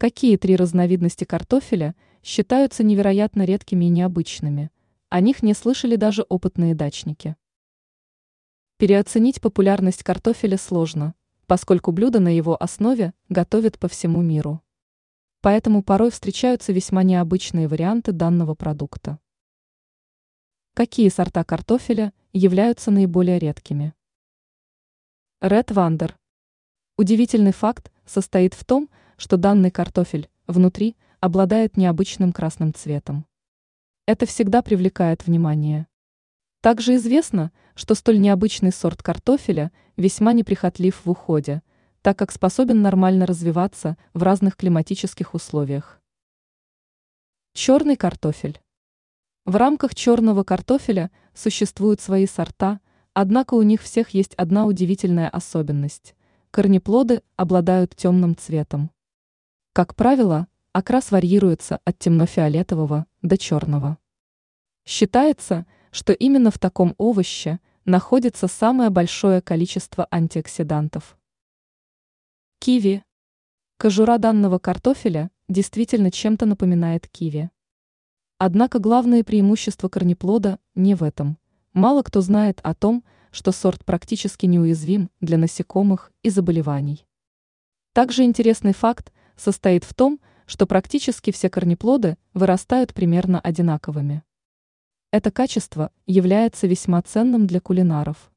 Какие три разновидности картофеля считаются невероятно редкими и необычными? О них не слышали даже опытные дачники. Переоценить популярность картофеля сложно, поскольку блюда на его основе готовят по всему миру. Поэтому порой встречаются весьма необычные варианты данного продукта. Какие сорта картофеля являются наиболее редкими? Ред Вандер. Удивительный факт состоит в том, что данный картофель внутри обладает необычным красным цветом. Это всегда привлекает внимание. Также известно, что столь необычный сорт картофеля весьма неприхотлив в уходе, так как способен нормально развиваться в разных климатических условиях. Черный картофель. В рамках черного картофеля существуют свои сорта, однако у них всех есть одна удивительная особенность – корнеплоды обладают темным цветом. Как правило, окрас варьируется от темно-фиолетового до черного. Считается, что именно в таком овоще находится самое большое количество антиоксидантов. Киви. Кожура данного картофеля действительно чем-то напоминает киви. Однако главное преимущество корнеплода не в этом. Мало кто знает о том, что сорт практически неуязвим для насекомых и заболеваний. Также интересный факт состоит в том, что практически все корнеплоды вырастают примерно одинаковыми. Это качество является весьма ценным для кулинаров.